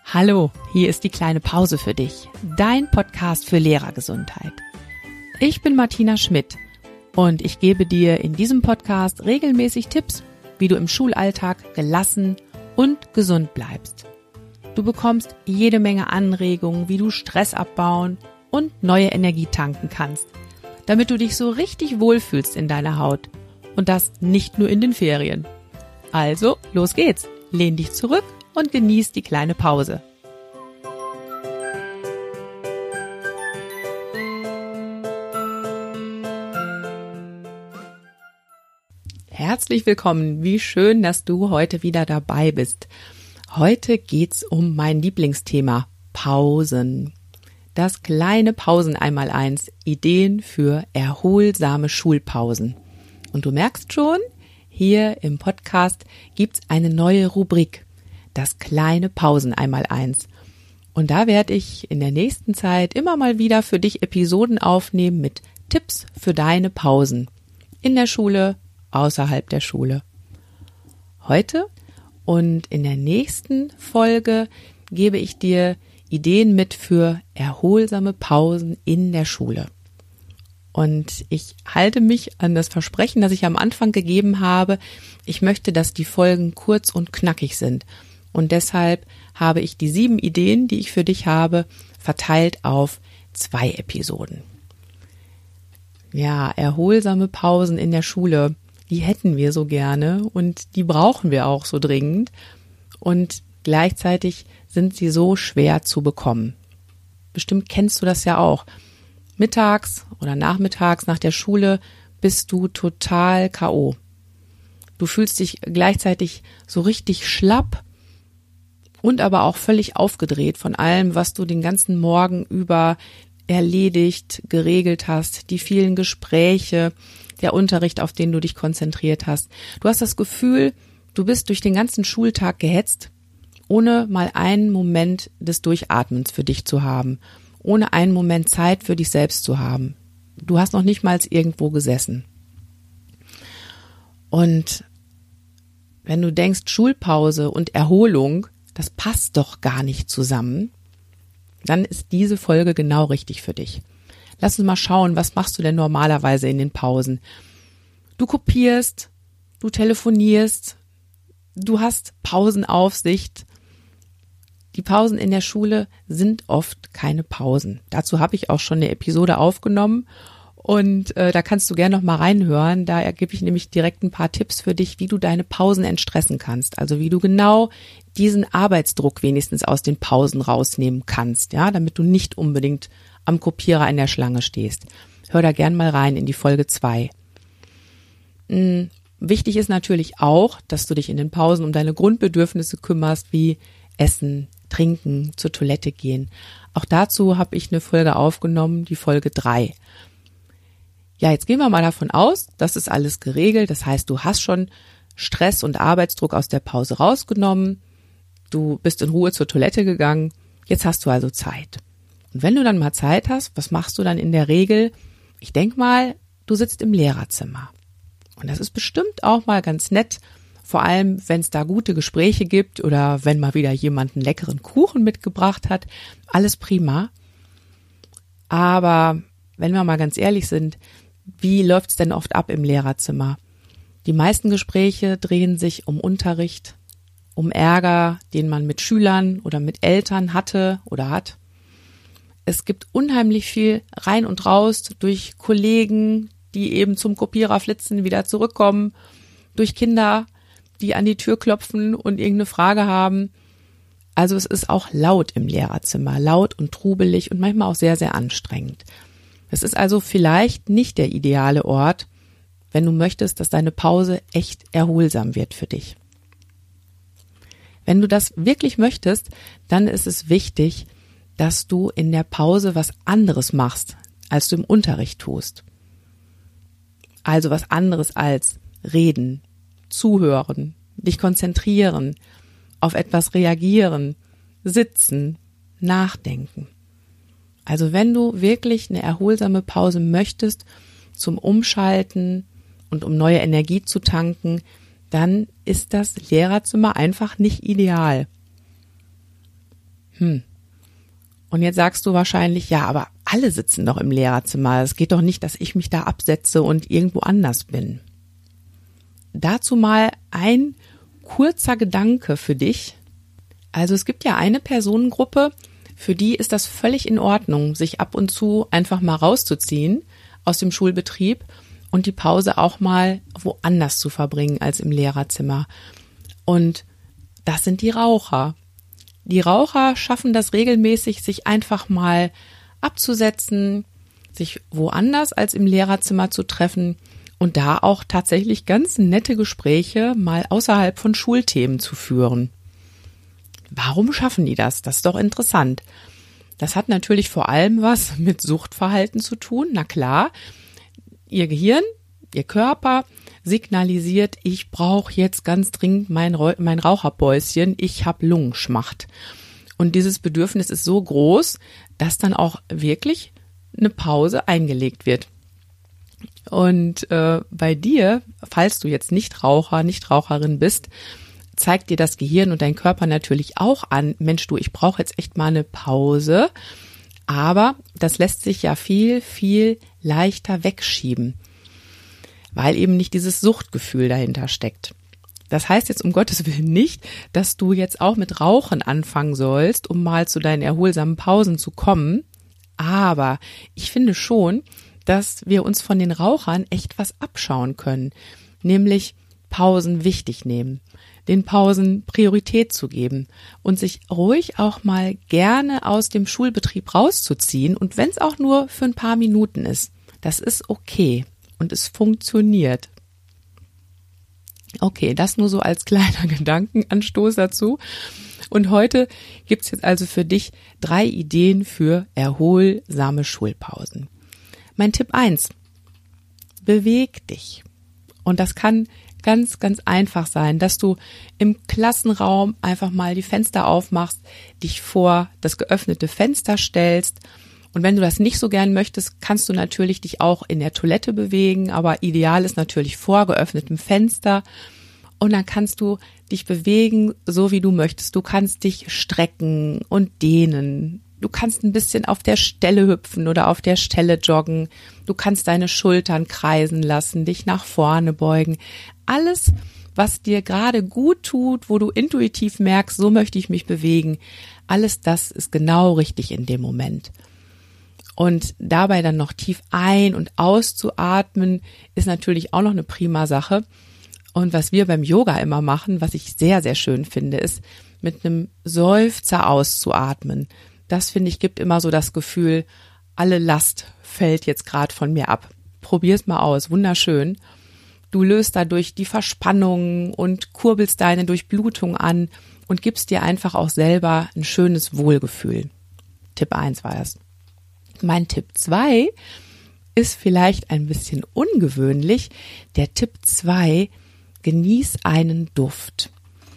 Hallo, hier ist die kleine Pause für dich, dein Podcast für Lehrergesundheit. Ich bin Martina Schmidt und ich gebe dir in diesem Podcast regelmäßig Tipps, wie du im Schulalltag gelassen und gesund bleibst. Du bekommst jede Menge Anregungen, wie du Stress abbauen und neue Energie tanken kannst, damit du dich so richtig wohlfühlst in deiner Haut und das nicht nur in den Ferien. Also, los geht's, lehn dich zurück und genieß die kleine Pause. Herzlich willkommen, wie schön, dass du heute wieder dabei bist. Heute geht's um mein Lieblingsthema, Pausen. Das kleine Pausen-Einmaleins, Ideen für erholsame Schulpausen. Und du merkst schon, hier im Podcast gibt's eine neue Rubrik, das kleine Pausen-Einmaleins. Und da werde ich in der nächsten Zeit immer mal wieder für dich Episoden aufnehmen mit Tipps für deine Pausen. In der Schule, außerhalb der Schule. Heute und in der nächsten Folge gebe ich dir Ideen mit für erholsame Pausen in der Schule. Und ich halte mich an das Versprechen, das ich am Anfang gegeben habe. Ich möchte, dass die Folgen kurz und knackig sind. Und deshalb habe ich die 7 Ideen, die ich für dich habe, verteilt auf 2 Episoden. Ja, erholsame Pausen in der Schule, die hätten wir so gerne und die brauchen wir auch so dringend. Und gleichzeitig sind sie so schwer zu bekommen. Bestimmt kennst du das ja auch. Mittags oder nachmittags nach der Schule bist du total K.O. Du fühlst dich gleichzeitig so richtig schlapp und aber auch völlig aufgedreht von allem, was du den ganzen Morgen über erledigt, geregelt hast, die vielen Gespräche, der Unterricht, auf den du dich konzentriert hast. Du hast das Gefühl, du bist durch den ganzen Schultag gehetzt, ohne mal einen Moment des Durchatmens für dich zu haben, ohne einen Moment Zeit für dich selbst zu haben. Du hast noch nicht mal irgendwo gesessen. Und wenn du denkst, Schulpause und Erholung, das passt doch gar nicht zusammen, dann ist diese Folge genau richtig für dich. Lass uns mal schauen, was machst du denn normalerweise in den Pausen? Du kopierst, du telefonierst, du hast Pausenaufsicht. Die Pausen in der Schule sind oft keine Pausen. Dazu habe ich auch schon eine Episode aufgenommen und da kannst du gerne noch mal reinhören. Da gebe ich nämlich direkt ein paar Tipps für dich, wie du deine Pausen entstressen kannst. Also wie du genau diesen Arbeitsdruck wenigstens aus den Pausen rausnehmen kannst, ja, damit du nicht unbedingt am Kopierer in der Schlange stehst. Hör da gern mal rein in die Folge 2. Wichtig ist natürlich auch, dass du dich in den Pausen um deine Grundbedürfnisse kümmerst, wie Essen, Trinken, zur Toilette gehen. Auch dazu habe ich eine Folge aufgenommen, die Folge 3. Ja, jetzt gehen wir mal davon aus, das ist alles geregelt. Das heißt, du hast schon Stress und Arbeitsdruck aus der Pause rausgenommen. Du bist in Ruhe zur Toilette gegangen. Jetzt hast du also Zeit. Und wenn du dann mal Zeit hast, was machst du dann in der Regel? Ich denke mal, du sitzt im Lehrerzimmer. Und das ist bestimmt auch mal ganz nett, vor allem, wenn es da gute Gespräche gibt oder wenn mal wieder jemand einen leckeren Kuchen mitgebracht hat. Alles prima. Aber wenn wir mal ganz ehrlich sind, wie läuft es denn oft ab im Lehrerzimmer? Die meisten Gespräche drehen sich um Unterricht, um Ärger, den man mit Schülern oder mit Eltern hatte oder hat. Es gibt unheimlich viel rein und raus durch Kollegen, die eben zum Kopierer flitzen, wieder zurückkommen, durch Kinder, die an die Tür klopfen und irgendeine Frage haben. Also es ist auch laut im Lehrerzimmer, laut und trubelig und manchmal auch sehr, sehr anstrengend. Es ist also vielleicht nicht der ideale Ort, wenn du möchtest, dass deine Pause echt erholsam wird für dich. Wenn du das wirklich möchtest, dann ist es wichtig, dass du in der Pause was anderes machst, als du im Unterricht tust. Also was anderes als reden, zuhören, dich konzentrieren, auf etwas reagieren, sitzen, nachdenken. Also wenn du wirklich eine erholsame Pause möchtest zum Umschalten und um neue Energie zu tanken, dann ist das Lehrerzimmer einfach nicht ideal. Und jetzt sagst du wahrscheinlich, ja, aber alle sitzen doch im Lehrerzimmer. Es geht doch nicht, dass ich mich da absetze und irgendwo anders bin. Dazu mal ein kurzer Gedanke für dich. Also es gibt ja eine Personengruppe, für die ist das völlig in Ordnung, sich ab und zu einfach mal rauszuziehen aus dem Schulbetrieb und die Pause auch mal woanders zu verbringen als im Lehrerzimmer. Und das sind die Raucher. Die Raucher schaffen das regelmäßig, sich einfach mal abzusetzen, sich woanders als im Lehrerzimmer zu treffen und da auch tatsächlich ganz nette Gespräche mal außerhalb von Schulthemen zu führen. Warum schaffen die das? Das ist doch interessant. Das hat natürlich vor allem was mit Suchtverhalten zu tun. Na klar, ihr Gehirn, ihr Körper signalisiert, ich brauche jetzt ganz dringend mein Raucherbäuschen, ich habe Lungenschmacht. Und dieses Bedürfnis ist so groß, dass dann auch wirklich eine Pause eingelegt wird. Und bei dir, falls du jetzt nicht Raucher, nicht Raucherin bist, zeigt dir das Gehirn und dein Körper natürlich auch an, Mensch du, ich brauche jetzt echt mal eine Pause. Aber das lässt sich ja viel, viel leichter wegschieben, weil eben nicht dieses Suchtgefühl dahinter steckt. Das heißt jetzt um Gottes Willen nicht, dass du jetzt auch mit Rauchen anfangen sollst, um mal zu deinen erholsamen Pausen zu kommen. Aber ich finde schon, dass wir uns von den Rauchern echt was abschauen können, nämlich Pausen wichtig nehmen, den Pausen Priorität zu geben und sich ruhig auch mal gerne aus dem Schulbetrieb rauszuziehen und wenn es auch nur für ein paar Minuten ist, das ist okay und es funktioniert. Okay, das nur so als kleiner Gedankenanstoß dazu. Und heute gibt's jetzt also für dich 3 Ideen für erholsame Schulpausen. Mein Tipp 1, beweg dich. Und das kann ganz, ganz einfach sein, dass du im Klassenraum einfach mal die Fenster aufmachst, dich vor das geöffnete Fenster stellst. Und wenn du das nicht so gern möchtest, kannst du natürlich dich auch in der Toilette bewegen, aber ideal ist natürlich vor geöffnetem Fenster. Und dann kannst du dich bewegen, so wie du möchtest. Du kannst dich strecken und dehnen. Du kannst ein bisschen auf der Stelle hüpfen oder auf der Stelle joggen. Du kannst deine Schultern kreisen lassen, dich nach vorne beugen. Alles, was dir gerade gut tut, wo du intuitiv merkst, so möchte ich mich bewegen, alles das ist genau richtig in dem Moment. Und dabei dann noch tief ein- und auszuatmen, ist natürlich auch noch eine prima Sache. Und was wir beim Yoga immer machen, was ich sehr, sehr schön finde, ist mit einem Seufzer auszuatmen. Das, finde ich, gibt immer so das Gefühl, alle Last fällt jetzt gerade von mir ab. Probier's mal aus, wunderschön. Du löst dadurch die Verspannung und kurbelst deine Durchblutung an und gibst dir einfach auch selber ein schönes Wohlgefühl. Tipp 1 war das. Mein Tipp 2 ist vielleicht ein bisschen ungewöhnlich. Der Tipp 2, genieß einen Duft.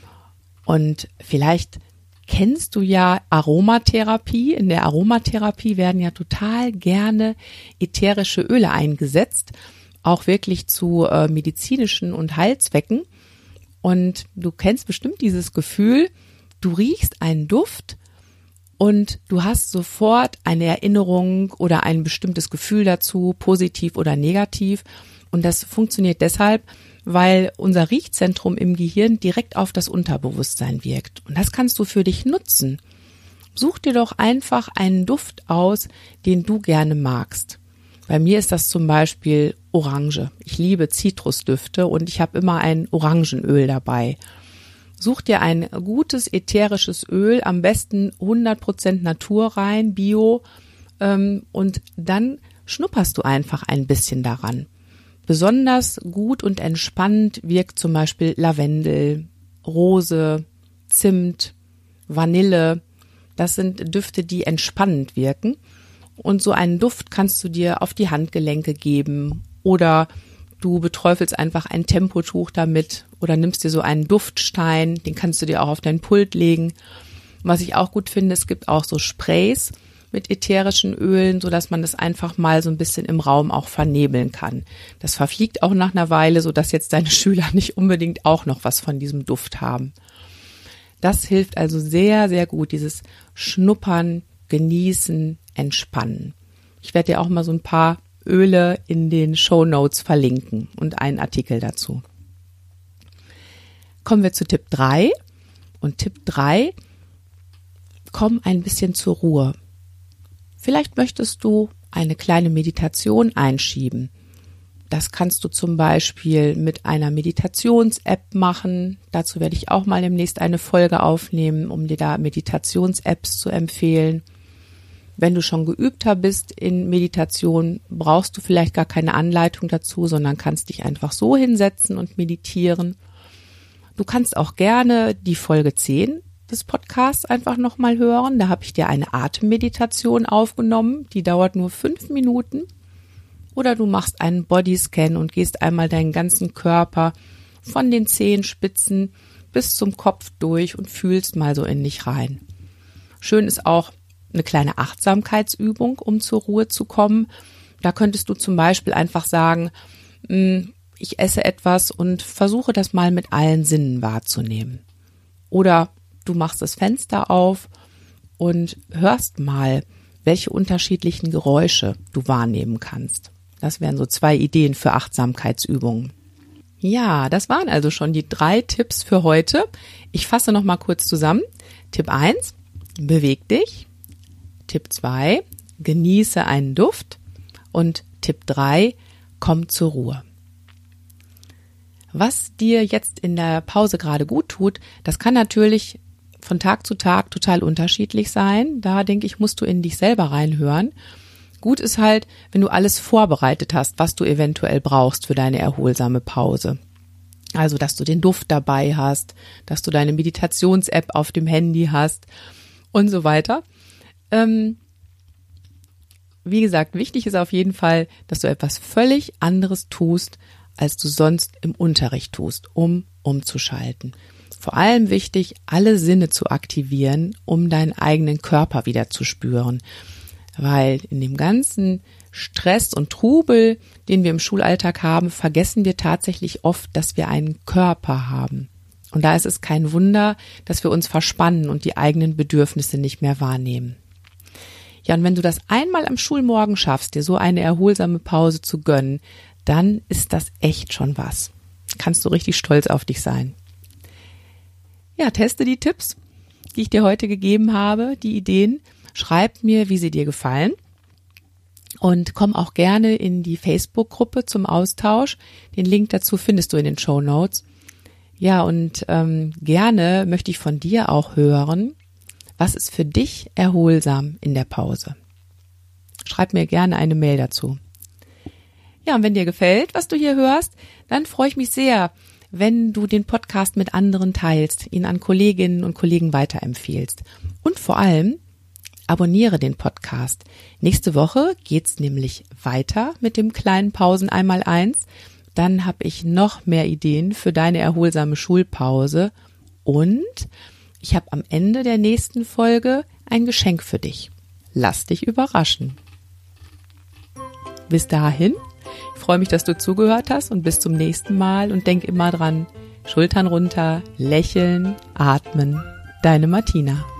Und vielleicht kennst du ja Aromatherapie. In der Aromatherapie werden ja total gerne ätherische Öle eingesetzt, auch wirklich zu medizinischen und Heilzwecken. Und du kennst bestimmt dieses Gefühl, du riechst einen Duft und du hast sofort eine Erinnerung oder ein bestimmtes Gefühl dazu, positiv oder negativ. Und das funktioniert deshalb, weil unser Riechzentrum im Gehirn direkt auf das Unterbewusstsein wirkt. Und das kannst du für dich nutzen. Such dir doch einfach einen Duft aus, den du gerne magst. Bei mir ist das zum Beispiel Orange. Ich liebe Zitrusdüfte und ich habe immer ein Orangenöl dabei. Such dir ein gutes ätherisches Öl, am besten 100% naturrein, bio, und dann schnupperst du einfach ein bisschen daran. Besonders gut und entspannt wirkt zum Beispiel Lavendel, Rose, Zimt, Vanille. Das sind Düfte, die entspannend wirken. Und so einen Duft kannst du dir auf die Handgelenke geben oder du beträufelst einfach ein Tempotuch damit oder nimmst dir so einen Duftstein, den kannst du dir auch auf dein Pult legen. Was ich auch gut finde, es gibt auch so Sprays mit ätherischen Ölen, so dass man das einfach mal so ein bisschen im Raum auch vernebeln kann. Das verfliegt auch nach einer Weile, so dass jetzt deine Schüler nicht unbedingt auch noch was von diesem Duft haben. Das hilft also sehr, sehr gut, dieses Schnuppern, Genießen, Entspannen. Ich werde dir auch mal so ein paar Öle in den Shownotes verlinken und einen Artikel dazu. Kommen wir zu Tipp 3. Und Tipp 3, komm ein bisschen zur Ruhe. Vielleicht möchtest du eine kleine Meditation einschieben. Das kannst du zum Beispiel mit einer Meditations-App machen. Dazu werde ich auch mal demnächst eine Folge aufnehmen, um dir da Meditations-Apps zu empfehlen. Wenn du schon geübter bist in Meditation, brauchst du vielleicht gar keine Anleitung dazu, sondern kannst dich einfach so hinsetzen und meditieren. Du kannst auch gerne die Folge 10 des Podcasts einfach nochmal hören. Da habe ich dir eine Atemmeditation aufgenommen, die dauert nur 5 Minuten. Oder du machst einen Bodyscan und gehst einmal deinen ganzen Körper von den Zehenspitzen bis zum Kopf durch und fühlst mal so in dich rein. Schön ist auch eine kleine Achtsamkeitsübung, um zur Ruhe zu kommen. Da könntest du zum Beispiel einfach sagen, ich esse etwas und versuche das mal mit allen Sinnen wahrzunehmen. Oder du machst das Fenster auf und hörst mal, welche unterschiedlichen Geräusche du wahrnehmen kannst. Das wären so 2 Ideen für Achtsamkeitsübungen. Ja, das waren also schon die 3 Tipps für heute. Ich fasse noch mal kurz zusammen. Tipp 1, beweg dich. Tipp 2, genieße einen Duft. Und Tipp 3, komm zur Ruhe. Was dir jetzt in der Pause gerade gut tut, das kann natürlich von Tag zu Tag total unterschiedlich sein. Da denke ich, musst du in dich selber reinhören. Gut ist halt, wenn du alles vorbereitet hast, was du eventuell brauchst für deine erholsame Pause. Also, dass du den Duft dabei hast, dass du deine Meditations-App auf dem Handy hast und so weiter. Wie gesagt, wichtig ist auf jeden Fall, dass du etwas völlig anderes tust, als du sonst im Unterricht tust, um umzuschalten. Vor allem wichtig, alle Sinne zu aktivieren, um deinen eigenen Körper wieder zu spüren. Weil in dem ganzen Stress und Trubel, den wir im Schulalltag haben, vergessen wir tatsächlich oft, dass wir einen Körper haben. Und da ist es kein Wunder, dass wir uns verspannen und die eigenen Bedürfnisse nicht mehr wahrnehmen. Ja, und wenn du das einmal am Schulmorgen schaffst, dir so eine erholsame Pause zu gönnen, dann ist das echt schon was. Kannst du richtig stolz auf dich sein. Ja, teste die Tipps, die ich dir heute gegeben habe, die Ideen. Schreib mir, wie sie dir gefallen. Und komm auch gerne in die Facebook-Gruppe zum Austausch. Den Link dazu findest du in den Shownotes. Ja, und gerne möchte ich von dir auch hören, was ist für dich erholsam in der Pause? Schreib mir gerne eine Mail dazu. Ja, und wenn dir gefällt, was du hier hörst, dann freue ich mich sehr, wenn du den Podcast mit anderen teilst, ihn an Kolleginnen und Kollegen weiterempfiehlst. Und vor allem, abonniere den Podcast. Nächste Woche geht's nämlich weiter mit dem kleinen Pausen 1x1. Dann habe ich noch mehr Ideen für deine erholsame Schulpause und ich habe am Ende der nächsten Folge ein Geschenk für dich. Lass dich überraschen. Bis dahin, ich freue mich, dass du zugehört hast und bis zum nächsten Mal und denk immer dran, Schultern runter, lächeln, atmen. Deine Martina.